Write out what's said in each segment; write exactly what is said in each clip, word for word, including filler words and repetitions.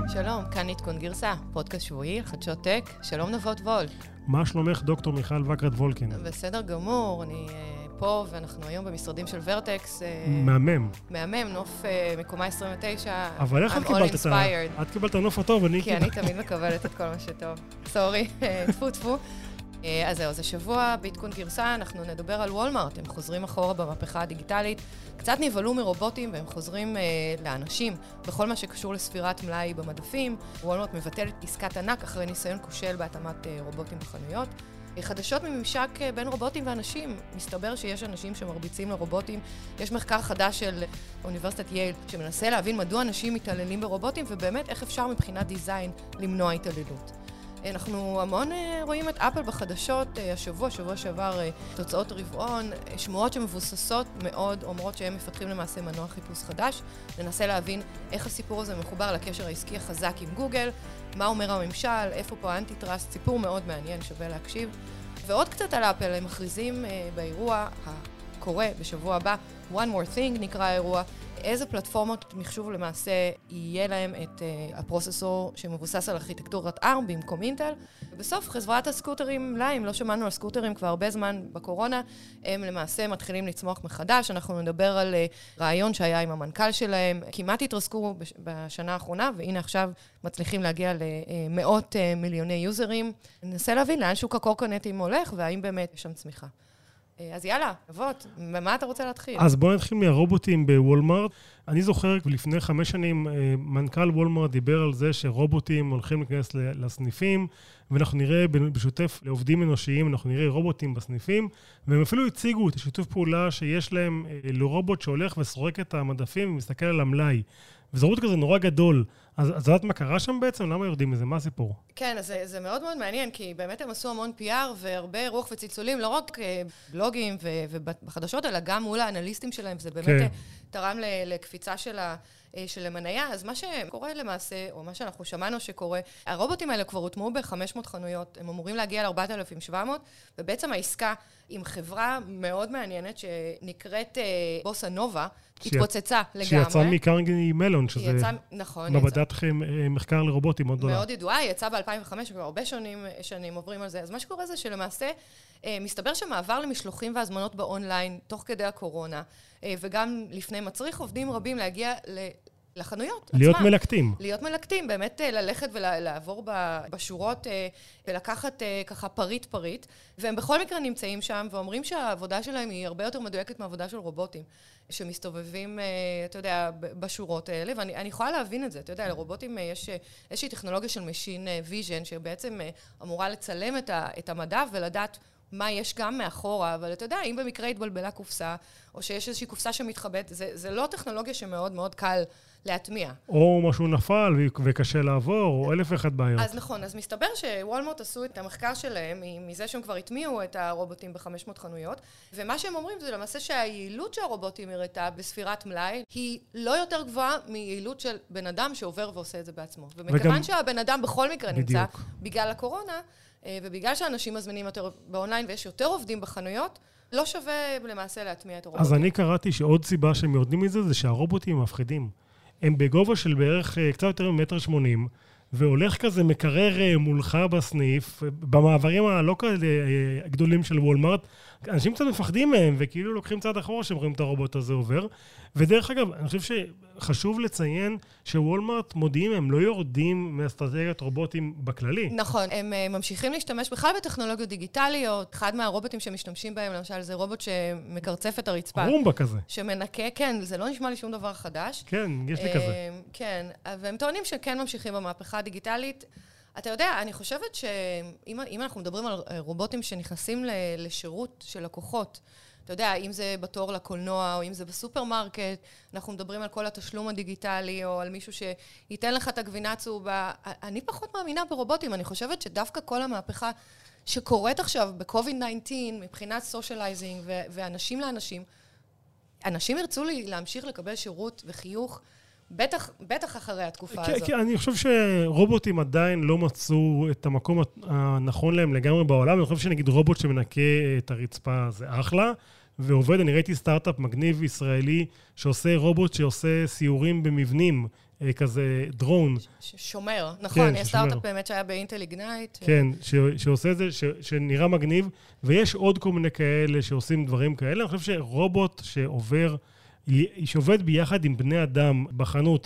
שלום, כאן עדכון גרסה, פודקאסט שבועי, חדשות טק. שלום נבות וולט. מה שלומך דוקטור מיכל וקרת וולקין? בסדר גמור, אני uh, פה ואנחנו היום במשרדים של ורטקס. Uh, מהמם. מהמם, נוף uh, מקומה עשרים ותשע. אבל איך את קיבלת את ה... את קיבלת הנוף הטוב, אני... כי אני תמיד מקבלת את כל מה שטוב. סורי, טפו טפו. אז זהו, זה שבוע בעדכון גרסה, אנחנו נדבר על וולמארט, הם חוזרים אחורה במהפכה הדיגיטלית, קצת נבהלו מרובוטים והם חוזרים אה, לאנשים בכל מה שקשור לספירת מלאי במדפים. וולמארט מבטלת עסקת ענק אחרי ניסיון כושל בהתאמת אה, רובוטים בחנויות. חדשות מממשק אה, בין רובוטים ואנשים, מסתבר שיש אנשים שמרביצים לרובוטים. יש מחקר חדש של אוניברסיטת יייל שמנסה להבין מדוע אנשים מתעללים ברובוטים ובאמת איך אפשר מבחינת דיזיין למנוע התעללות. אנחנו המון רואים את אפל בחדשות, השבוע, שבוע שעבר, תוצאות רבעון, שמועות שמבוססות מאוד, אומרות שהם מפתחים למעשה מנוע חיפוש חדש. ננסה להבין איך הסיפור הזה מחובר לקשר העסקי החזק עם גוגל, מה אומר הממשל, איפה פה האנטי-טראסט, סיפור מאוד מעניין, שווה להקשיב. ועוד קצת על אפל, הם מכריזים באירוע הקורה בשבוע הבא, One More Thing נקרא האירוע, איזה פלטפורמות מחשוב למעשה יהיה להם את uh, הפרוססור שמבוסס על ארכיטקטורת ארם במקום אינטל. ובסוף חברת הסקוטרים, לא, אם לא שמענו על סקוטרים כבר הרבה זמן בקורונה, הם למעשה מתחילים לצמוח מחדש. אנחנו נדבר על uh, רעיון שהיה עם המנכ"ל שלהם, כמעט התרסקו בש- בשנה האחרונה, והנה עכשיו מצליחים להגיע למאות uh, מיליוני יוזרים. ננסה להבין לאן שוק הקורקונטים הולך, והאם באמת יש שם צמיחה. אז יאללה, אבות, במה אתה רוצה להתחיל? אז בואו נתחיל מהרובוטים בוולמארט. אני זוכר לפני חמש שנים מנכ"ל וולמארט דיבר על זה שרובוטים הולכים להיכנס לסניפים, ואנחנו נראה בשותף לעובדים אנושיים, אנחנו נראה רובוטים בסניפים, והם אפילו הציגו את השיתוף פעולה שיש להם לרובוט שהולך וסורק את המדפים ומסתכל על המלאי. וזה רובוט כזה נורא גדול. אז את יודעת מה קרה שם בעצם? למה יורדים מזה? מה הסיפור? כן, אז זה, זה מאוד מאוד מעניין, כי באמת הם עשו המון פי אר והרבה רוח וצלצולים, לא רק בלוגים ו- ובחדשות, אלא גם מול האנליסטים שלהם. זה באמת כן. תרם לקפיצה של ה... של המניה. אז מה שקורה למעשה, או מה שאנחנו שמענו שקורה, הרובוטים האלה כבר הוטמעו ב-חמש מאות חנויות, הם אמורים להגיע ל-ארבעת אלפים ושבע מאות, ובעצם העסקה עם חברה מאוד מעניינת שנקראת בוסה נובה, התפוצצה לגמרי. שיצאה מקרנגי מלון, שזה יצא, נכון, מעבדת יצא... מחקר לרובוטים מאוד גדולה. מאוד ידועה, היא יצאה ב-אלפיים וחמש, כבר הרבה שנים, שנים עוברים על זה. אז מה שקורה זה שלמעשה, מסתבר שמעבר למשלוחים והזמנות באונליין, תוך כדי הקורונה, וגם לפני מצריך עובדים רבים להגיע לחנויות להיות עצמם. מלקטים. להיות מלקטים, באמת ללכת ולעבור בשורות ולקחת ככה פריט פריט, והם בכל מקרה נמצאים שם ואומרים שהעבודה שלהם היא הרבה יותר מדויקת מהעבודה של רובוטים, שמסתובבים, אתה יודע, בשורות האלה, ואני יכולה להבין את זה, אתה יודע, לרובוטים יש איזושהי טכנולוגיה של משין ויז'ן, שבעצם אמורה לצלם את המדף ולדעת מה יש גם מאחורה, אבל אתה יודע, אם במקרה התבלבלה קופסה, או שיש איזושהי קופסה שמתחבאת, זה, זה לא טכנולוגיה שמאוד מאוד קל להטמיע. או משהו נפל וקשה לעבור, או אלף ואחת בעיות. אז נכון, אז מסתבר שוולמארט עשו את המחקר שלהם, מזה שהם כבר הטמיעו את הרובוטים ב-חמש מאות חנויות, ומה שהם אומרים זה למעשה שהיעילות שהרובוטים הראתה בספירת מלאי, היא לא יותר גבוהה מיעילות של בן אדם שעובר ועושה את זה בעצמו. ומכיוון וגם... שהבן אדם בכל מקרה בדיוק. נמצא בגלל הקורונה, ובגלל שאנשים מזמינים יותר באונליין ויש יותר עובדים בחנויות, לא שווה למעשה להטמיע את הרובוטים. אז אני קראתי שעוד סיבה שהם יורדים מזה זה שהרובוטים מפחידים. הם בגובה של בערך קצת יותר ממטר שמונים, והולך כזה מקרר מולך בסניף, במעברים הלא כאלה גדולים של וולמארט, אנשים קצת מפחדים מהם, וכאילו לוקחים צעד אחורה שהם רואים את הרובוט הזה עובר. ודרך אגב, אני חושב שחשוב לציין שוולמארט מודיעים, הם לא יורדים מאסטרטגיית רובוטים בכללי. נכון, הם ממשיכים להשתמש בכלל בטכנולוגיות דיגיטליות. אחד מהרובוטים שמשתמשים בהם, למשל, זה רובוט שמקרצף את הרצפה. רומבה כזה. שמנקה, כן, זה לא נשמע לי שום דבר חדש. כן, יש לי כזה. כן, והם טוענים שכן ממשיכים במהפכה הדיגיטלית. אתה יודע, אני חושבת שאם אנחנו מדברים על רובוטים שנכנסים לשירות של לקוחות, אתה יודע, אם זה בתור לקולנוע, או אם זה בסופרמרקט, אנחנו מדברים על כל התשלום הדיגיטלי, או על מישהו שייתן לך את הגבינה צהובה. אני פחות מאמינה ברובוטים, אני חושבת שדווקא כל המהפכה שקורית עכשיו ב-קוביד תשע עשרה, מבחינת סושיאלייזינג ואנשים לאנשים, אנשים ירצו לי להמשיך לקבל שירות וחיוך, בטח, בטח אחרי התקופה הזאת. כן, אני חושב שרובוטים עדיין לא מצאו את המקום הנכון להם לגמרי בעולם. אני חושב שנגיד רובוט שמנקה את הרצפה זה אחלה, ועובד, אני ראיתי סטארט-אפ מגניב ישראלי שעושה רובוט שעושה סיורים במבנים, כזה דרון. שומר, נכון, יש סטארט-אפ באמת שהיה באינטל איגנייט. כן, שעושה את זה, שנראה מגניב, ויש עוד כל מיני כאלה שעושים דברים כאלה. אני חושב שרובוט שעובר, שעובד ביחד עם בני אדם בחנות,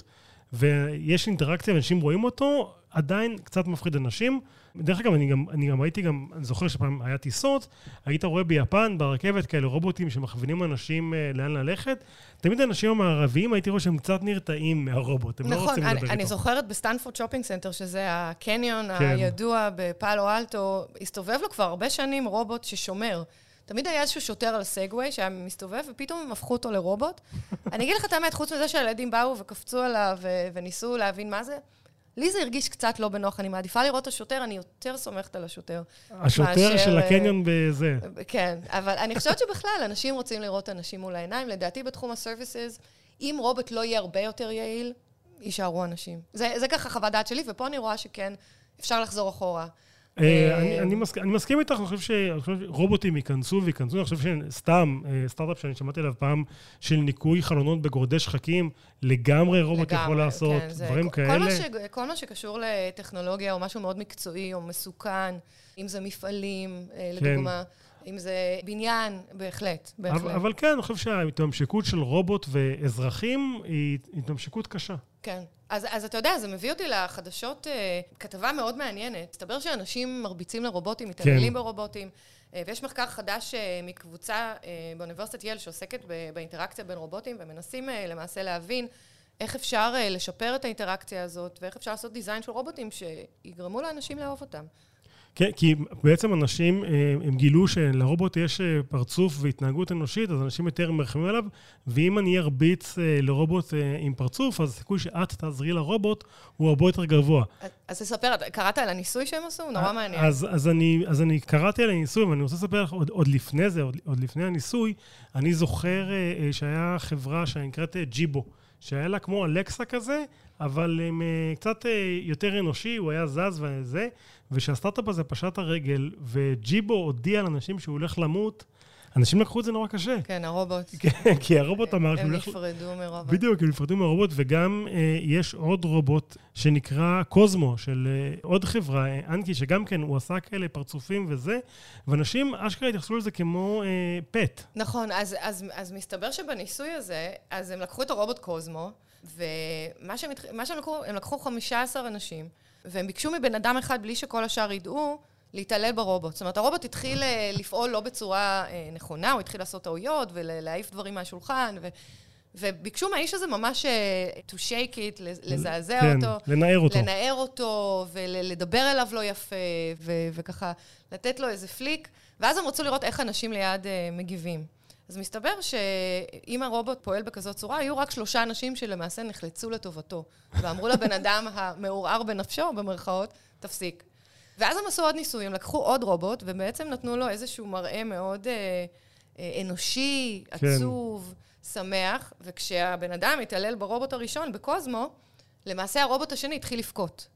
ויש אינטראקציה, ואנשים רואים אותו, עדיין קצת מפחיד אנשים. דרך אגב, אני גם, אני גם הייתי גם, אני זוכר שפעם היה טיסות, היית רואה ביפן, ברכבת, כאלה רובוטים שמכוונים אנשים לאן ללכת. תמיד האנשים המערביים, הייתי רואה שהם קצת נרתעים מהרובוט, הם נכון, לא רוצים לדבר אני, איתו. אני זוכרת בסטנפורד שופינג סנטר, שזה הקניון כן. הידוע בפאלו אלטו, הסתובב לו כבר הרבה שנים רובוט ששומר. תמיד היה איזשהו שוטר על הסגווי שהיה מסתובב, ופתאום הם הפכו אותו לרובוט. אני אגיד לך את האמת, חוץ מזה שהילדים באו וקפצו עליו ו- וניסו להבין מה זה, לי זה הרגיש קצת לא בנוח, אני מעדיפה לראות את השוטר, אני יותר סומכת על השוטר. השוטר מאשר, של הקניון בזה. כן, אבל אני חושבת שבכלל, אנשים רוצים לראות אנשים מול העיניים. לדעתי, בתחום הסרוויסס, אם רובוט לא יהיה הרבה יותר יעיל, יישארו אנשים. זה, זה ככה חוות דעת שלי, ופה אני רואה שכן, אפשר לחזור אחורה. אני, אני, מסכים, אני מסכים איתך, אני חושב שרובוטים ייכנסו וייכנסו, אני חושב שסתם, סטארט-אפ שאני שמעתי עליו פעם, של ניקוי חלונות בגורדי שחקים, לגמרי רובוט לגמרי, יכול לעשות, כן, דברים כל, כאלה. כל מה, ש, כל מה שקשור לטכנולוגיה, או משהו מאוד מקצועי, או מסוכן, אם זה מפעלים, לדוגמה, כן. אם זה בניין, בהחלט, בהחלט. אבל, אבל כן, אני חושב שההתממשקות של רובוט ואזרחים היא התממשקות קשה. כן. אז, אז אתה יודע, זה מביא אותי לחדשות, uh, כתבה מאוד מעניינת. מסתבר שאנשים מרביצים לרובוטים, מתעללים כן. ברובוטים, uh, ויש מחקר חדש uh, מקבוצה uh, באוניברסיטת ייל שעוסקת ב- באינטראקציה בין רובוטים, ומנסים uh, למעשה להבין איך אפשר uh, לשפר את האינטראקציה הזאת, ואיך אפשר לעשות דיזיין של רובוטים שיגרמו לאנשים לאהוב אותם. כן, כי בעצם אנשים, הם גילו שלרובוט יש פרצוף והתנהגות אנושית, אז אנשים יותר מרחמים עליו, ואם אני ארביץ לרובוט עם פרצוף, אז הסיכוי שאת תעזרי לרובוט הוא הרבה יותר גבוה. אז תספר, קראת על הניסוי שהם עשו? נורא מעניין. אז, אז, אני, אז אני קראתי על הניסוי, ואני רוצה לספר לך עוד, עוד לפני זה, עוד, עוד לפני הניסוי, אני זוכר שהיה חברה שנקראת ג'יבו, שהיה לה כמו אלקסה כזה, אבל הם, קצת יותר אנושי, הוא היה זז וזה, ושהסטארט-אפ הזה פשט הרגל, וג'יבו הודיע לאנשים שהוא הולך למות, אנשים לקחו את זה נורא קשה. כן, הרובוט. כן, כי הרובוט אמר... הם נפרדו מרובוט. בדיוק, הם נפרדו מרובוט, וגם אה, יש עוד רובוט שנקרא קוזמו, של אה, עוד חברה, אה, אנקי, שגם כן הוא עשה כאלה פרצופים וזה, ואנשים אשכרה התייחסו לזה כמו אה, פט. נכון, אז, אז, אז מסתבר שבניסוי הזה, אז הם לקחו את הרובוט קוזמו, ומה שהם, מה שהם לקחו, הם לקחו חמישה עשר אנשים, והם ביקשו מבן אדם אחד בלי שכל השאר ידעו, להתעלל ברובוט. זאת אומרת, הרובוט התחיל לפעול לא בצורה נכונה, הוא התחיל לעשות טעויות ולהעיף דברים מהשולחן, ו... וביקשו מהאיש הזה ממש to shake it, לזעזע כן, אותו. לנער אותו. לנער אותו, ולדבר אליו לא יפה, ו... וככה לתת לו איזה פליק, ואז הם רצו לראות איך אנשים ליד מגיבים. אז מסתבר שאם הרובוט פועל בכזאת צורה, היו רק שלושה אנשים שלמעשה נחלצו לטובתו, ואמרו לבן אדם המעורער בנפשו, במרכאות, תפסיק. ואז הם עשו עוד ניסויים, לקחו עוד רובוט, ובעצם נתנו לו איזשהו מראה מאוד אה, אה, אנושי, כן. עצוב, שמח, וכשהבן אדם התעלל ברובוט הראשון, בקוזמו, למעשה הרובוט השני התחיל לפקוט.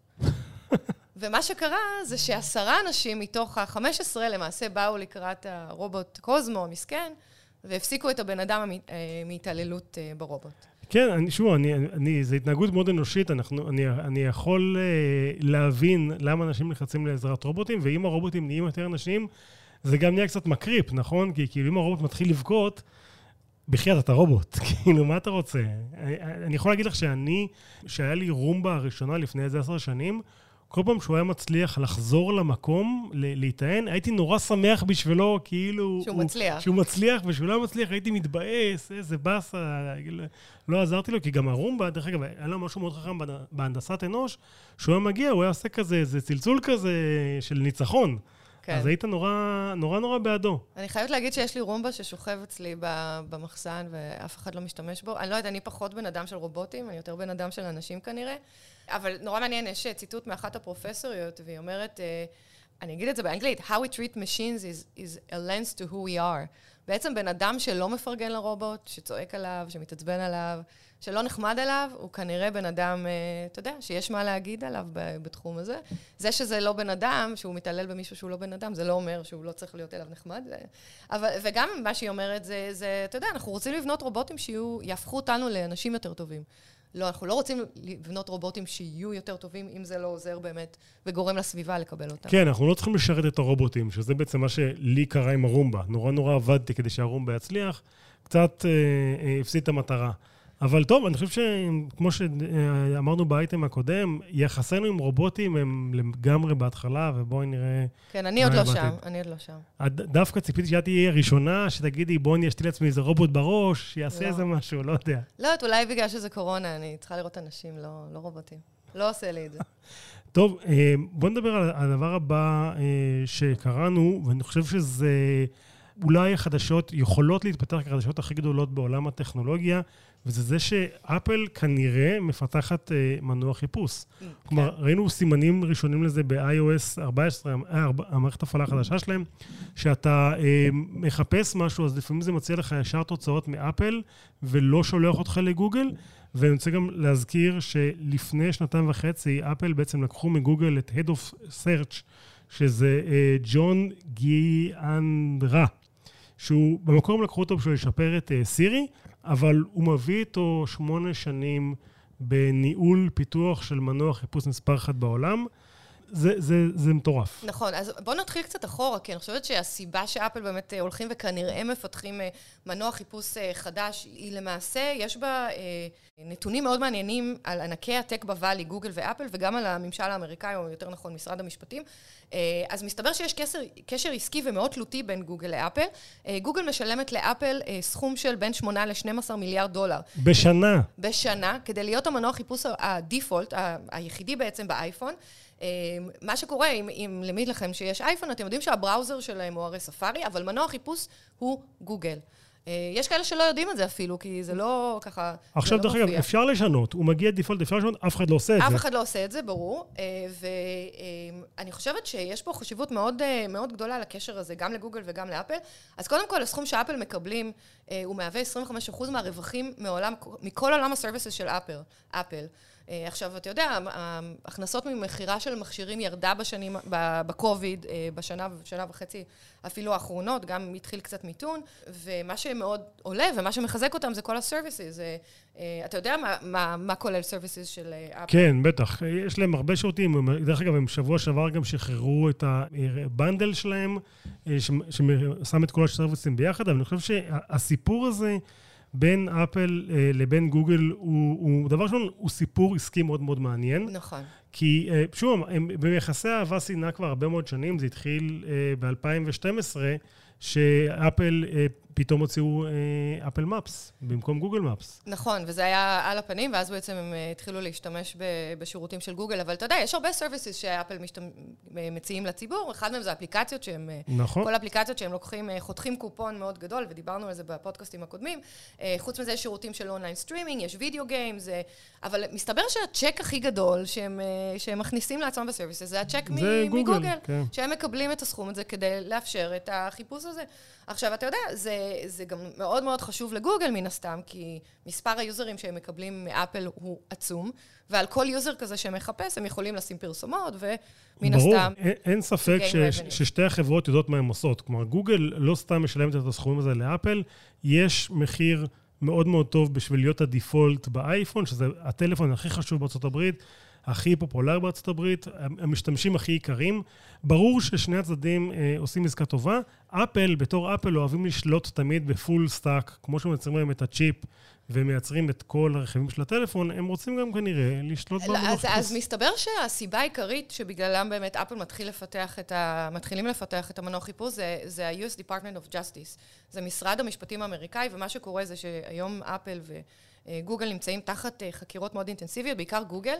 ומה שקרה זה שעשרה אנשים מתוך ה-חמש עשרה למעשה באו לקראת הרובוט קוזמו המסכן, והפסיקו את הבן אדם מהתעללות ברובוט. כן, אני, שוב, אני, אני, זו התנהגות מאוד אנושית, אנחנו, אני, אני יכול uh, להבין למה אנשים נחצים לעזרת רובוטים, ואם הרובוטים נהיים יותר אנשים, זה גם נהיה קצת מקריפ, נכון? כי כאילו אם הרובוט מתחיל לבכות, בחייאת אתה רובוט, כאילו, מה אתה רוצה? אני, אני יכול להגיד לך שאני, שהיה לי רומבה הראשונה לפני איזה עשר שנים, כל פעם שהוא היה מצליח לחזור למקום, להיטען, הייתי נורא שמח בשבילו, כאילו... שהוא הוא, מצליח. שהוא מצליח, ושהוא לא מצליח, הייתי מתבאס, איזה בסה, לא עזרתי לו, כי גם הרומבה, דרך אגב, היה לו משהו מאוד חכם בהנדסת אנוש, שהוא היה מגיע, הוא היה עושה כזה, איזה צלצול כזה של ניצחון. כן. אז היית נורא, נורא נורא בעדו. אני חייבת להגיד שיש לי רומבה ששוכב אצלי במחסן, ואף אחד לא משתמש בו. אני לא יודעת, אני פחות בן אדם של רובוטים, אני יותר בן אדם של אנשים כנראה. אבל נורא מעניין, יש ציטוט מאחת הפרופסוריות, והיא אומרת, אני אגיד את זה באנגלית, How we treat machines is, is a lens to who we are. בעצם בן אדם שלא מפרגן לרובוט, שצועק עליו, שמתעצבן עליו, שלא נחמד עליו, הוא כנראה בן אדם, אתה יודע, שיש מה להגיד עליו בתחום הזה. זה שזה לא בן אדם, שהוא מתעלל במישהו שהוא לא בן אדם, זה לא אומר שהוא לא צריך להיות אליו נחמד. אבל, וגם מה שהיא אומרת, זה, זה, אתה יודע, אנחנו רוצים לבנות רובוטים שיהיו, יהפכו אותנו לאנשים יותר טובים. לא, אנחנו לא רוצים לבנות רובוטים שיהיו יותר טובים, אם זה לא עוזר באמת, וגורם לסביבה לקבל אותם. כן, אנחנו לא צריכים לשרת את הרובוטים, שזה בעצם מה שלי קרה עם הרומבה. נורא נורא עבדתי כדי שהרומבה יצליח, קצת אה, אה, הפסיד את המטרה. אבל טוב, אני חושב שכמו שאמרנו באייטם הקודם, יחסינו עם רובוטים הם לגמרי בהתחלה, ובואי נראה... כן, אני עוד לא שם, אני עוד לא שם. דווקא ציפיתי שאת תהיה הראשונה, שתגידי, בואי אני אשתיל לעצמי איזה רובוט בראש, שיעשה איזה משהו, לא יודע. לא, אולי בגלל שזה קורונה, אני צריכה לראות אנשים, לא רובוטים. לא עושה לי את זה. טוב, בואו נדבר על הדבר הבא שקראנו, ואני חושב שזה... אולי החדשות יכולות להתפתח כחדשות הכי גדולות בעולם הטכנולוגיה, וזה זה שאפל כנראה מפתחת אה, מנוע חיפוש. Mm, כלומר, כן. ראינו סימנים ראשונים לזה ב-iOS ארבע עשרה, אה, המערכת הפעלה החדשה שלהם, שאתה אה, מחפש משהו, אז לפעמים זה מציע לך ישר תוצאות מאפל, ולא שולח אותך לגוגל, ואני רוצה גם להזכיר שלפני שנתיים וחצי, אפל בעצם לקחו מגוגל את Head of Search, שזה אה, ג'ון גיאנדרה, שהוא במקום לקחו אותו בשביל לשפר את סירי, אבל הוא מביא איתו שמונה שנים בניהול פיתוח של מנוע חיפוש מספר אחת בעולם. זה, זה, זה מטורף. נכון, אז בואו נתחיל קצת אחורה, כי אני חושבת שהסיבה שאפל באמת הולכים וכנראה מפתחים מנוע חיפוש חדש, היא למעשה, יש בה נתונים מאוד מעניינים על ענקי הטק בוואלי, גוגל ואפל, וגם על הממשל האמריקאי, או יותר נכון, משרד המשפטים. אז מסתבר שיש קשר, קשר עסקי ומאוד תלותי בין גוגל לאפל. גוגל משלמת לאפל סכום של בין שמונה ל-שנים עשר מיליארד דולר. בשנה. בשנה, כדי להיות המנוע חיפוש הדיפולט, היחידי בעצם באייפון. מה שקורה, אם, אם למד לכם שיש אייפון, אתם יודעים שהבראוזר שלהם הוא הרי ספארי, אבל מנוע חיפוש הוא גוגל. יש כאלה שלא יודעים את זה אפילו, כי זה לא ככה... עכשיו, דרך אגב, אפשר לשנות. הוא מגיע דיפולט, אפשר לשנות, אף אחד לא עושה את זה. אף אחד לא עושה את זה, ברור. ואני חושבת שיש פה חשיבות מאוד, מאוד גדולה לקשר הזה, גם לגוגל וגם לאפל. אז קודם כל, הסכום שאפל מקבלים, הוא מהווה עשרים וחמישה אחוז מהרווחים מעולם, מכל עולם הסרוויסס של אפל. אפל. עכשיו, אתה יודע, ההכנסות ממחירה של מכשירים ירדה בשנים, בקוביד, בשנה ושנה וחצי אפילו האחרונות, גם התחיל קצת מיתון, ומה שמאוד עולה ומה שמחזק אותם זה כל הסרוויסס. אתה יודע מה, מה, מה כולל סרוויסס של אפל? כן, בטח. יש להם הרבה שירותים. דרך אגב, הם שבוע שעבר גם שחררו את הבנדל שלהם, ששם את כל הסרוויסים ביחד, אבל אני חושב שהסיפור הזה, בין אפל אה, לבין גוגל, הוא, הוא דבר שלנו, הוא סיפור עסקי מאוד מאוד מעניין. נכון. כי, אה, שוב, הם, ביחסי אהבה שנאה כבר הרבה מאוד שנים, זה התחיל אה, ב-אלפיים ושתים עשרה, שאפל אה, פתאום הוציאו אה, אפל מפס, במקום גוגל מפס. נכון, וזה היה על הפנים, ואז בעצם הם אה, התחילו להשתמש ב, בשירותים של גוגל, אבל אתה יודע, יש הרבה סרוויסס שאפל משת... מציעים לציבור, אחד מהם זה אפליקציות שהם, נכון. כל אפליקציות שהם לוקחים, חותכים קופון מאוד גדול, ודיברנו על זה בפודקאסטים הקודמים, אה, חוץ מזה יש שירותים של אונליין סטרימינג, יש וידאו גיימס, אה, אבל מסתבר שהצ'ק הכי גדול שהם, אה, שהם מכניסים לעצמם בסרוויסס, זה הצ'ק זה מ- גוגל, מגוגל, כן. שהם מקבלים את הסכום הזה כדי לאפשר את החיפוש הזה. עכשיו, אתה יודע, זה, זה גם מאוד מאוד חשוב לגוגל מן הסתם, כי מספר היוזרים שהם מקבלים מאפל הוא עצום, ועל כל יוזר כזה שמחפש, הם יכולים לשים פרסומות, ומן ברור, הסתם... ברור, אין ספק ש, ששתי החברות יודעות מה הן עושות. כלומר, גוגל לא סתם משלמת את הסכומים הזה לאפל, יש מחיר מאוד מאוד טוב בשביל להיות הדיפולט באייפון, שזה הטלפון הכי חשוב בארצות הברית, הכי פופולר בארצות הברית, המשתמשים הכי עיקריים. ברור ששני הצדדים אה, עושים עסקה טובה. אפל, בתור אפל, אוהבים לשלוט תמיד בפול סטאק, כמו שמייצרים להם את הצ'יפ, ומייצרים את כל הרכיבים של הטלפון, הם רוצים גם כנראה לשלוט במנוע חיפוש. אז מסתבר שהסיבה העיקרית שבגללם באמת אפל מתחיל לפתח את ה... מתחילים לפתח את המנוע חיפוש, זה, זה ה-יו אס Department of Justice. זה משרד המשפטים האמריקאי, ומה שקורה זה שהיום אפל ו... גוגל נמצאים תחת חקירות מאוד אינטנסיביות, בעיקר גוגל,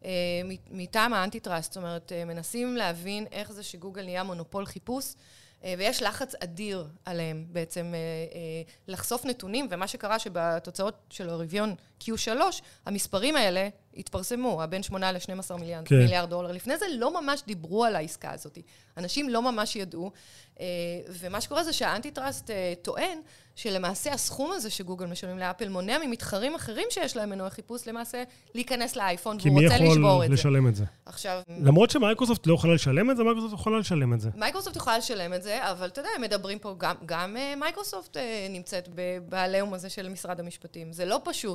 מטעם האנטי-טראסט, זאת אומרת, מנסים להבין איך זה שגוגל נהיה מונופול חיפוש, ויש לחץ אדיר עליהם בעצם לחשוף נתונים, ומה שקרה שבתוצאות של הרוויון קיו שלוש, המספרים האלה התפרסמו, בין שמונה ל-שנים עשר מיליארד, כן. מיליארד דולר. לפני זה לא ממש דיברו על העסקה הזאת. אנשים לא ממש ידעו, ומה שקורה זה שהאנטי-טראסט טוען שלמעשה הסכום הזה שגוגל משלמים לאפל מונע ממתחרים אחרים שיש להם מנוע חיפוש למעשה להיכנס לאייפון, והוא רוצה לשבור את זה. כי מי יכול לשלם את זה? עכשיו... למרות שמייקרוסופט לא יכולה לשלם את זה, מייקרוסופט יכולה לשלם את זה. מייקרוסופט יכולה לשלם את זה, אבל אתה יודע, הם מדברים פה, גם, גם מייקרוסופט נמצאת בעליהום הזה של משרד המשפטים. זה לא פשוט.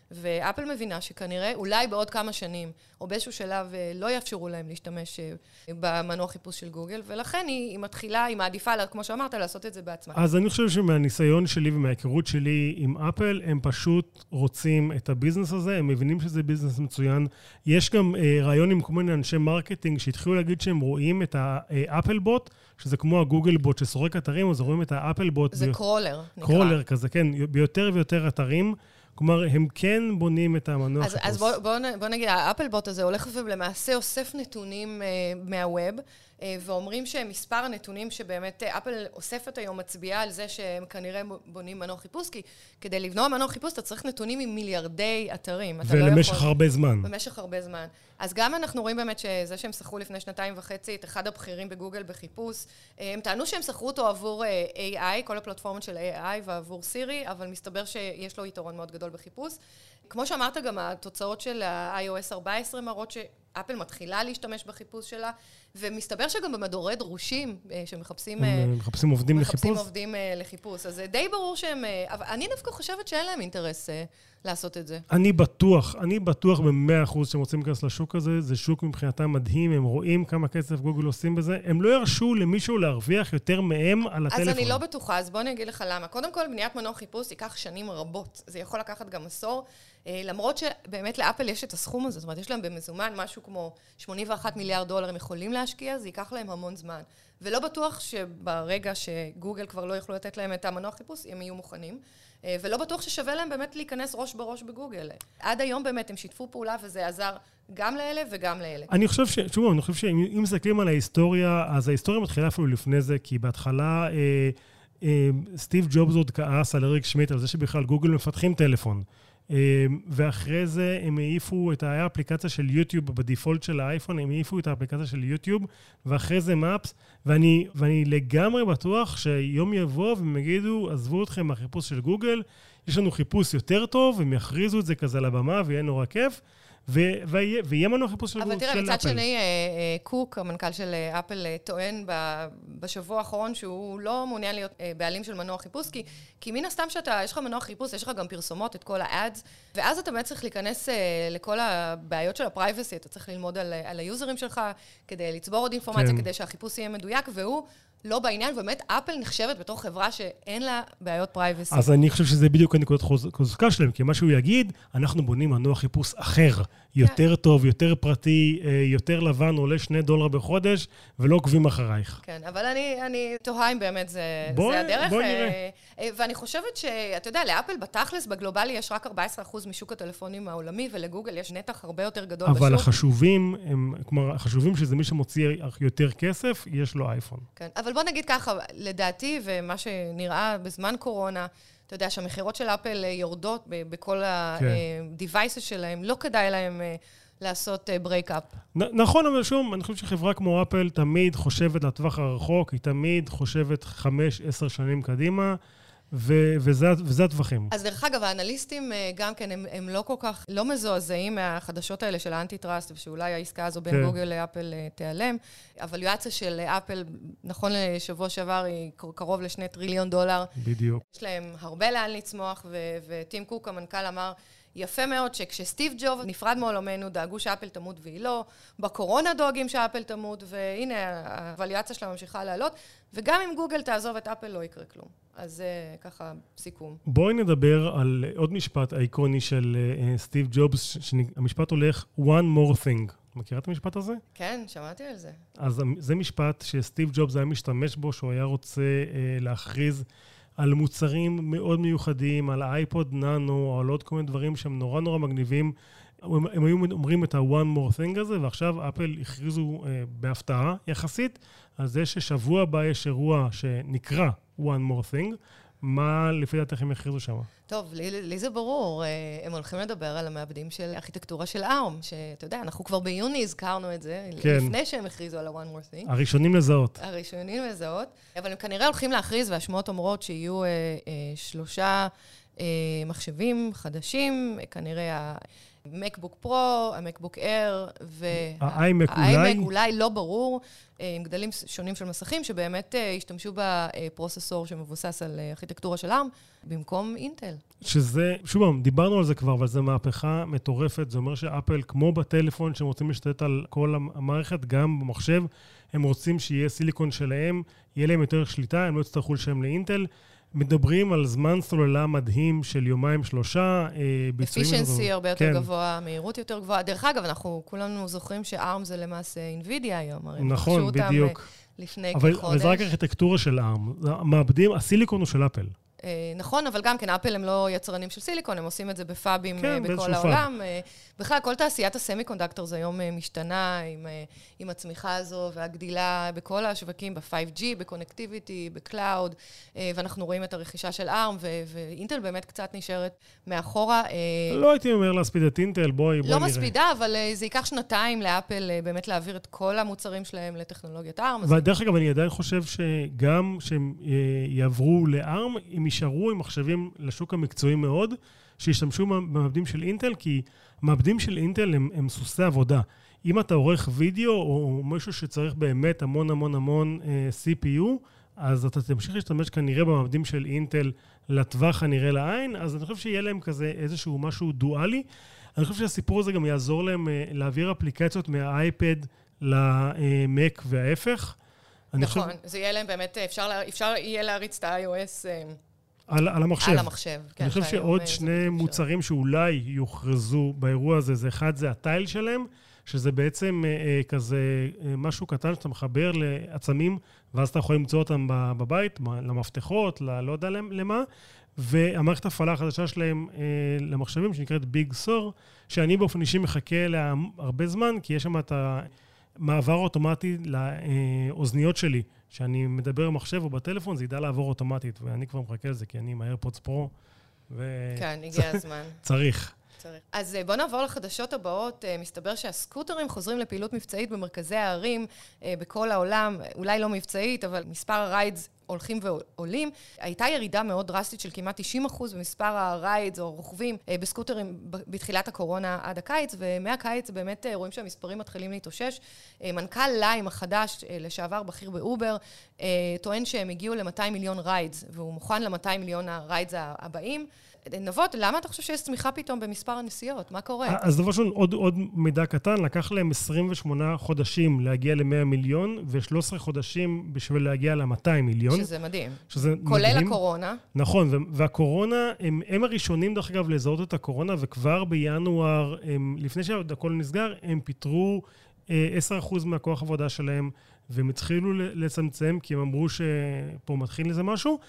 ואפל מבינה שכנראה, אולי בעוד כמה שנים, או באיזשהו שלב, לא יאפשרו להם להשתמש במנוע חיפוש של גוגל, ולכן היא, היא מתחילה, היא מעדיפה, כמו שאמרת, לעשות את זה בעצמה. אז אני חושב שמהניסיון שלי ומההיכרות שלי עם אפל, הם פשוט רוצים את הביזנס הזה, הם מבינים שזה ביזנס מצוין. יש גם אה, רעיון עם כל מיני אנשי מרקטינג שהתחילו להגיד שהם רואים את האפל בוט, שזה כמו הגוגל בוט שסורק אתרים, אז רואים את האפל בוט. זה ב... קרולר, נקרא. קרולר כזה, כן, ביותר ויותר אתרים. כלומר, הם כן בונים את המנוע אז, חיפוש. אז בוא, בוא, בוא נגיד, האפל בוט הזה הולך ולמעשה אוסף נתונים uh, מהווב, uh, ואומרים שמספר הנתונים שבאמת אפל אוספת היום מצביעה על זה שהם כנראה בונים מנוע חיפוש, כי כדי לבנוע מנוע חיפוש אתה צריך נתונים עם מיליארדי אתרים. ולמשך לא יכול... הרבה זמן. במשך הרבה זמן. אז גם אנחנו רואים באמת שזה שהם שכרו לפני שנתיים וחצי את אחד הבכירים בגוגל בחיפוש, הם טענו שהם שכרו אותו עבור איי איי, כל הפלטפורמות של איי איי ועבור סירי, אבל מסתבר שיש לו יתרון מאוד גדול בחיפוש. כמו שאמרת, גם התוצאות של ה-איי או אס ארבע עשרה מראות שאפל מתחילה להשתמש בחיפוש שלה, ומסתבר שגם במדורי דרושים שמחפשים... מחפשים עובדים לחיפוש? מחפשים עובדים לחיפוש. אז זה די ברור שהם... אבל אני דווקא חושבת שאין להם אינטרס לעשות את זה. אני בטוח, אני בטוח ב-מאה אחוז שהם רוצים להיכנס לשוק הזה, זה שוק מבחינתם מדהים, הם רואים כמה כסף גוגל עושים בזה, הם לא ירשו למישהו להרוויח יותר מהם על הטלפון. אז אני לא בטוחה, אז בוא אני אגיד לך למה. קודם כל, בניית מנוע חיפוש ייקח שנים רבות, זה יכול לקחת גם עשור, למרות שבאמת לאפל יש את הסכום הזה, זאת אומרת, יש להם במזומן משהו כמו שמונים ואחד מיליארד דולר, הם יכולים להשקיע, זה ייקח להם המון זמן. ולא בטוח שברגע שגוגל כבר לא יוכלו לתת להם את המנוע חיפוש, הם יהיו מוכנים. ולא בטוח ששווה להם באמת להיכנס ראש בראש בגוגל. עד היום באמת הם שיתפו פעולה, וזה עזר גם לאלה וגם לאלה. אני חושב ש... שוב, אני חושב שאם מסתכלים על ההיסטוריה, אז ההיסטוריה מתחילה אפילו לפני זה, כי בהתחלה אה, אה, סטיב ג'ובס עוד כעס על אריק שמיט, על זה שבכלל גוגל מפתחים טלפון. ואחרי זה הם העיפו את האפליקציה של יוטיוב בדיפולט של האייפון, הם העיפו את האפליקציה של יוטיוב, ואחרי זה מאפס, ואני, ואני לגמרי בטוח שיום יבוא והם יגידו, עזבו אתכם מהחיפוש של גוגל, יש לנו חיפוש יותר טוב, הם יכריזו את זה כזה לבמה, ויהיה נורא כיף, ויהיה מנוע חיפוש של אפל. אבל תראה, מצד שני, קוק, המנכ"ל של אפל, טוען בשבוע האחרון שהוא לא מעוניין להיות בעלים של מנוע חיפוש, כי מן הסתם שאתה, יש לך מנוע חיפוש, יש לך גם פרסומות, את כל האדס, ואז אתה באמת צריך להיכנס לכל הבעיות של הפרייבסי, אתה צריך ללמוד על היוזרים שלך, כדי לצבור עוד אינפורמציה, כדי שהחיפוש יהיה מדויק, והוא לא בעניין, ובאמת אפל נחשבת בתור חברה שאין לה בעיות פרייבסי. אז אני חושב שזה בדיוק הנקודת חוזקה שלהם, כי מה שהוא יגיד, אנחנו בונים מנוע חיפוש אחר, יותר טוב, יותר פרטי, יותר לבן, עולה שני דולר בחודש, ולא עוקבים אחרייך. כן, אבל אני, אני תוהה אם באמת זה, זה הדרך. בואי נראה. ואני חושבת שאתה יודע, לאפל בתכלס, בגלובלי יש רק ארבעה עשר אחוז משוק הטלפונים העולמי, ולגוגל יש נתח הרבה יותר גדול בשוק. אבל החשובים, הם, כלומר, החשובים שזה מי שמוציא יותר כסף, יש לו אייפון. כן, אבל בוא נגיד ככה, לדעתי, ומה שנראה בזמן קורונה, אתה יודע שהמחירות של אפל יורדות בכל ה-devices שלהם, לא כדאי להם לעשות break-up. נכון, אבל שום, אני חושב שחברה כמו אפל תמיד חושבת לטווח הרחוק, היא תמיד חושבת חמש, עשר שנים קדימה, וזה הטווחים. אז דרך אגב, האנליסטים גם כן, הם לא כל כך, לא מזועזעים מהחדשות האלה של האנטי-טראסט, ושאולי העסקה הזו בין גוגל לאפל תיעלם, אבל יועצה של אפל, נכון לשבוע שעבר, היא קרוב לשני טריליון דולר. בדיוק. יש להם הרבה לאן לצמוח, וטים קוק, המנכ"ל, אמר, יפה מאוד שכשסטיב ג'ובס נפרד מעולמנו, דאגו שאפל תמות והיא לא, בקורונה דואגים שאפל תמות, והנה, הווליואציה שלה ממשיכה לעלות, וגם אם גוגל תעזוב את אפל לא יקרה כלום. אז זה ככה סיכום. בואי נדבר על עוד משפט אייקוני של סטיב ג'ובס, שהמשפט הולך one more thing. מכירה את המשפט הזה? כן, שמעתי על זה. אז זה משפט שסטיב ג'ובס היה משתמש בו, שהוא היה רוצה להכריז על מוצרים מאוד מיוחדים, על אייפוד נאנו, או על עוד כל מיני דברים שהם נורא נורא מגניבים. הם, הם היו אומרים את ה-one more thing הזה, ועכשיו אפל הכריזו אה, בהפתעה יחסית, על זה ששבוע הבא יש אירוע שנקרא one more thing. מה לפי דעתך הם הכריזו שם? טוב, לי, לי זה ברור. הם הולכים לדבר על המעבדים של ארכיטקטורה של ארם, שאתה יודע, אנחנו כבר ביוני הזכרנו את זה, כן. לפני שהם הכריזו על ה-one more thing. הראשונים לזהות. הראשונים לזהות, אבל הם כנראה הולכים להכריז, והשמועות אומרות שיהיו אה, אה, שלושה אה, מחשבים חדשים, כנראה מקבוק פרו, המקבוק אייר, והאיימק אולי? אולי לא ברור, עם גדלים שונים של מסכים, שבאמת השתמשו בפרוססור שמבוסס על ארכיטקטורה של ארם, במקום אינטל. שזה, שוב, דיברנו על זה כבר, אבל זו מהפכה מטורפת. זה אומר שאפל, כמו בטלפון, שהם רוצים להשתלט על כל המערכת, גם במחשב, הם רוצים שיהיה סיליקון שלהם, יהיה להם יותר שליטה, הם לא יצטרכו לשלם לאינטל. מדברים על זמן סוללה מדהים של יומיים שלושה. אפישנסי הרבה יותר גבוה, מהירות יותר גבוהה. דרך אגב, אנחנו כולנו זוכרים שארם זה למעשה NVIDIA היום. נכון, בדיוק. לפני אבל, כחודש. אבל זה רק ארכיטקטורה של ארם. המעבדים, הסיליקון הוא של אפל. נכון, אבל גם כן, אפל הם לא יצרנים של סיליקון, הם עושים את זה בפאבים כן, בכל העולם. בכלל, כל תעשיית הסמי-קונדקטורס היום משתנה עם, עם הצמיחה הזו והגדילה בכל השווקים, ב-פייב ג'י, בקונקטיביטי, בקלאוד, ואנחנו רואים את הרכישה של ארם, ואינטל באמת קצת נשארת מאחורה. לא הייתי אומר להספיד את אינטל, בואי, בואי לא נראה. מספידה, אבל זה ייקח שנתיים לאפל באמת להעביר את כל המוצרים שלהם לטכנולוגיית ארם. ודרך אגב, אני עדיין חושב שגם שהם יעברו לארם, הם יישארו עם מחשבים לשוק המקצועי מאוד, שישתמשו במעבדים של אינטל, כי מעבדים של אינטל הם, הם סוסי עבודה. אם אתה עורך וידאו, או משהו שצריך באמת המון המון המון אה, סי פי יו, אז אתה תמשיך להשתמש כנראה במעבדים של אינטל לטווח הנראה לעין, אז אני חושב שיהיה להם כזה איזשהו משהו דואלי. אני חושב שהסיפור הזה גם יעזור להם אה, להעביר אפליקציות מהאייפד למק וההפך. נכון, חושב... זה יהיה להם באמת, אפשר, לה, אפשר יהיה להריץ את ה-iOS... אה... על, על המחשב. על המחשב, כן. אני חושב שעוד שני מוצרים שאולי יוכרזו באירוע הזה, זה אחד זה הטייל שלהם, שזה בעצם אה, כזה אה, משהו קטן שאתה מחבר לעצמים, ואז אתה יכול למצוא אותם בבית, למפתחות, לא יודע למה, והמערכת הפעלה החדשה שלהם אה, למחשבים, שנקראת ביג סור, שאני באופן אישי מחכה לה הרבה זמן, כי יש שם את המעבר אוטומטי לאוזניות שלי, שאני מדבר במחשב או בטלפון, זה ידע לעבור אוטומטית, ואני כבר מחכה לזה, כי אני עם האיירפודס פרו, ו... כן, הגיע הזמן. צריך. צריך. אז בואו נעבור לחדשות הבאות. מסתבר שהסקוטרים חוזרים לפעילות מבצעית במרכזי הערים בכל העולם, אולי לא מבצעית, אבל מספר הריידס הולכים ועולים. הייתה ירידה מאוד דרסטית של כמעט תשעים אחוז במספר הריידס או רוכבים בסקוטרים בתחילת הקורונה עד הקיץ, ומהקיץ באמת רואים שהמספרים מתחילים להתאושש. מנכ"ל ליים החדש, לשעבר בכיר באובר, טוען שהם הגיעו ל-מאתיים מיליון ריידס, והוא מוכן ל-מאתיים מיליון הריידס הבאים. נבות, למה אתה חושב שיש צמיחה פתאום במספר הנסיעות? מה קורה? אז דבר שון, עוד, עוד מידע קטן, לקח להם עשרים ושמונה חודשים להגיע ל-מאה מיליון, ו-שלושה עשר חודשים בשביל להגיע ל-מאתיים מיליון. שזה מדהים. שזה כולל מדהים. הקורונה. נכון, והקורונה, הם, הם הראשונים דרך אגב לזהות את הקורונה, וכבר בינואר, הם, לפני שהכל נסגר, הם פיתרו עשרה אחוז מהכוח עבודה שלהם, והם התחילו לצמצם, כי הם אמרו שפה מתחיל לזה משהו,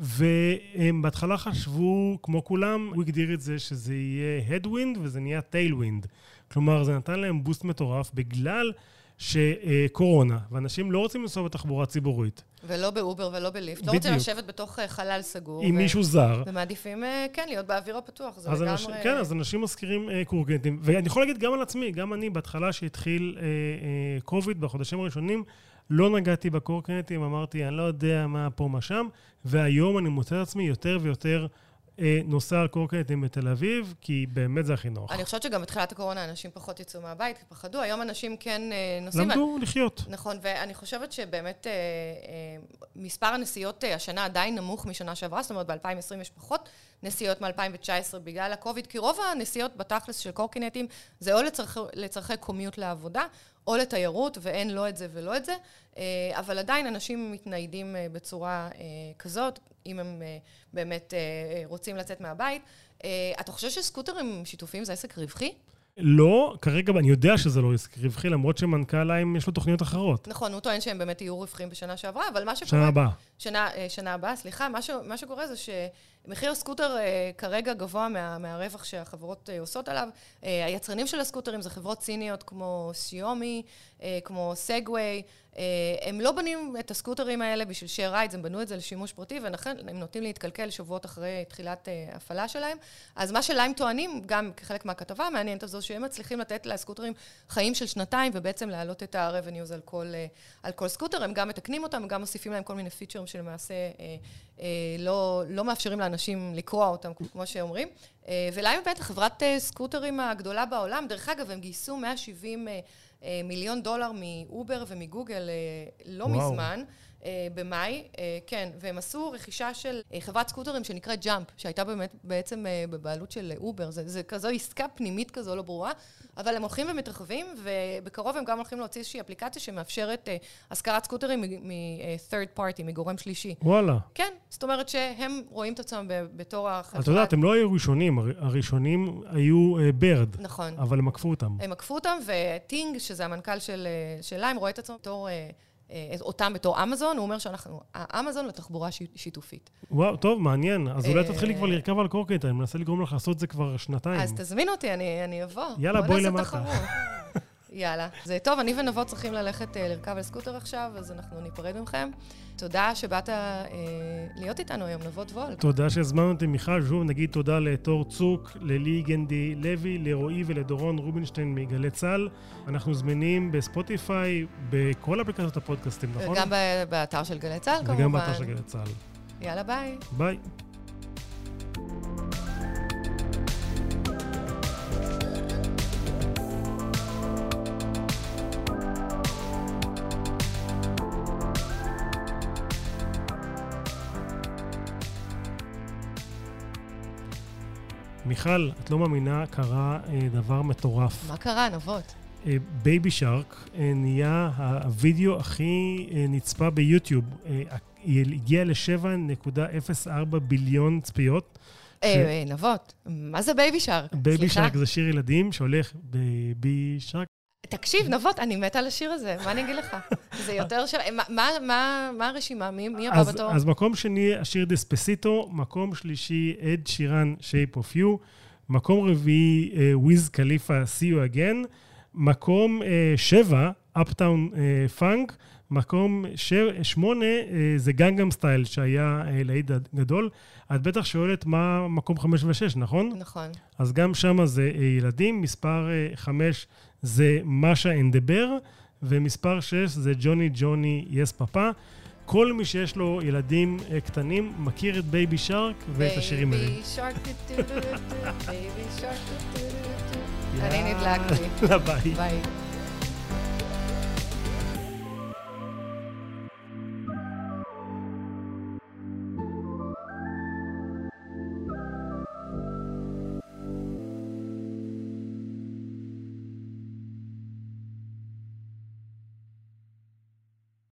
והם בהתחלה חשבו, כמו כולם, הוא הגדיר את זה שזה יהיה headwind, וזה נהיה tailwind. כלומר, זה נתן להם בוסט מטורף, בגלל שקורונה, ואנשים לא רוצים לנסוע בתחבורה ציבורית. ולא באובר ולא בליפט. לא רוצים לשבת בתוך חלל סגור. עם מישהו זר. ומעדיפים, כן, להיות באוויר הפתוח. זה לגמרי... כן, אז אנשים מזכירים קורקינטים. ואני יכול להגיד גם על עצמי, גם אני, בהתחלה שהתחיל קוביד, בחודשים הראשונים, לא נגעתי בקורקינטים, אמרתי, אני לא יודע מה פה, מה שם, והיום אני מוצא את עצמי יותר ויותר נוסע על קורקינטים בתל אביב, כי באמת זה הכי נוח. אני חושבת שגם בתחילת הקורונה אנשים פחות יצאו מהבית, כי פחדו. היום אנשים כן נוסעים. למדו לחיות. נכון, ואני חושבת שבאמת מספר הנסיעות השנה עדיין נמוך משנה שעברה, זאת אומרת ב-אלפיים ועשרים יש פחות נסיעות מ-אלפיים תשע עשרה בגלל הקוביד, כי רוב הנסיעות בתכלס של קורקינטים זה או לצרכי, לצרכי קומיוט לעבודה, או לתיירות, ואין לא את זה ולא את זה, אבל עדיין אנשים מתניידים בצורה כזאת, אם הם באמת רוצים לצאת מהבית. אתה חושב שסקוטרים שיתופיים זה עסק רווחי? לא, כרגע אני יודע שזה לא עסק רווחי, למרות שמנכ"ל ליים יש לו תוכניות אחרות. נכון, הוא טוען שהם באמת יהיו רווחים בשנה שעברה, אבל מה שקורה... שנה הבאה. שנה, שנה הבאה, סליחה, מה, ש, מה שקורה זה שמחיר הסקוטר כרגע גבוה מה, מהרווח שהחברות עושות עליו. היצרנים של הסקוטרים זה חברות סיניות כמו סיומי, כמו סגווי, הם לא בנים את הסקוטרים האלה בשביל שייר ריידס, הם בנו את זה לשימוש פרטי, ולכן הם נוטים להתקלקל שבועות אחרי תחילת ההפעלה שלהם. אז מה שלהם טוענים, גם כחלק מהכתבה המעניינת הזו, שהם מצליחים לתת לסקוטרים חיים של שנתיים, ובעצם להעלות את ה-revenues על כל, על כל סקוטר. הם גם מתקנים אותם, וגם מוסיפים להם כל מיני פיצ'רים שלמעשה לא, לא מאפשרים לאנשים לקרוא אותם, כמו שאומרים. ולהם באמת חברת סקוטרים הגדולה בעולם, דרך אגב, הם גייסו מאה שבעים מיליון דולר מאובר ומגוגל לא וואו. מזמן, במאי, כן, והם עשו רכישה של חברת סקוטרים שנקראת ג'אמפ, שהייתה באמת בעצם בבעלות של אובר, זה, זה כזו עסקה פנימית כזו לא ברורה, אבל הם הולכים ומתרחבים, ובקרוב הם גם הולכים להוציא איזושהי אפליקציה שמאפשרת השכרת סקוטרים מ-third party, מגורם שלישי. וואלה. כן, זאת אומרת שהם רואים את עצמם בתור החברה. אתה יודעת, הם לא היו ראשונים, הראשונים היו ברד. נכון. אבל הם עקפו אותם. הם עקפו אותם, וטינג, שזה המנכ"ל של ליים, רואה את עצמם בתור... אותם בתור אמזון, הוא אומר שאנחנו, האמזון לתחבורה שיתופית. וואו, טוב, מעניין. אז אולי תתחילי כבר לרכב על קורקינט, אני מנסה לגרום לך לעשות את זה כבר שנתיים. אז תזמין אותי, אני אבוא. יאללה, בואי למטה. יאללה. זה טוב, אני ונבות צריכים ללכת לרכב על סקוטר עכשיו, אז אנחנו ניפרד ממכם. תודה שבאת להיות איתנו היום, נבות וולק. תודה שהזמנו אותי, מיכל. שוב נגיד תודה לתור צוק, ללי גנדי לוי, לרועי ולדורון רובינשטיין מגלי צה"ל. אנחנו זמינים בספוטיפיי, בכל אפליקציות הפודקאסטים, נכון? וגם באתר של גלי צה"ל, כמובן. וגם באתר של גלי צה"ל. יאללה, ביי. ביי. מיכל, את לא מאמינה, קרה אה, דבר מטורף. מה קרה, נבות? אה, בייבי שרק אה, נהיה הווידאו הכי אה, נצפה ביוטיוב. אה, היא הגיעה ל-שבע נקודה אפס ארבע ביליון צפיות. אה, ש... נבות, מה זה בייבי שרק? בייבי שרק זה שיר ילדים שהולך בייבי שרק. תקשיב, נבות, אני מתה על השיר הזה, מה אני אגיד לך? זה יותר של... מה, מה, מה הרשימה? מי, מי הבא בתור? אז מקום שני, השיר דספסיטו, מקום שלישי, אד שירן, Shape of You, מקום רביעי, וויז קליפה, See You Again, מקום שבע, Uptown Funk, מקום שמונה, זה גנגנם סטייל, שהיה להיט גדול. את בטח שואלת מה מקום חמש ושש, נכון? נכון. אז גם שם זה ילדים, מספר חמש זה משה אנדבר, ומספר שש זה ג'וני ג'וני יס פאפה. כל מי שיש לו ילדים קטנים מכיר את בייבי שרק ואת השירים האלה. בייבי שרק, בייבי שרק, אני נדלקתי. ביי. ביי.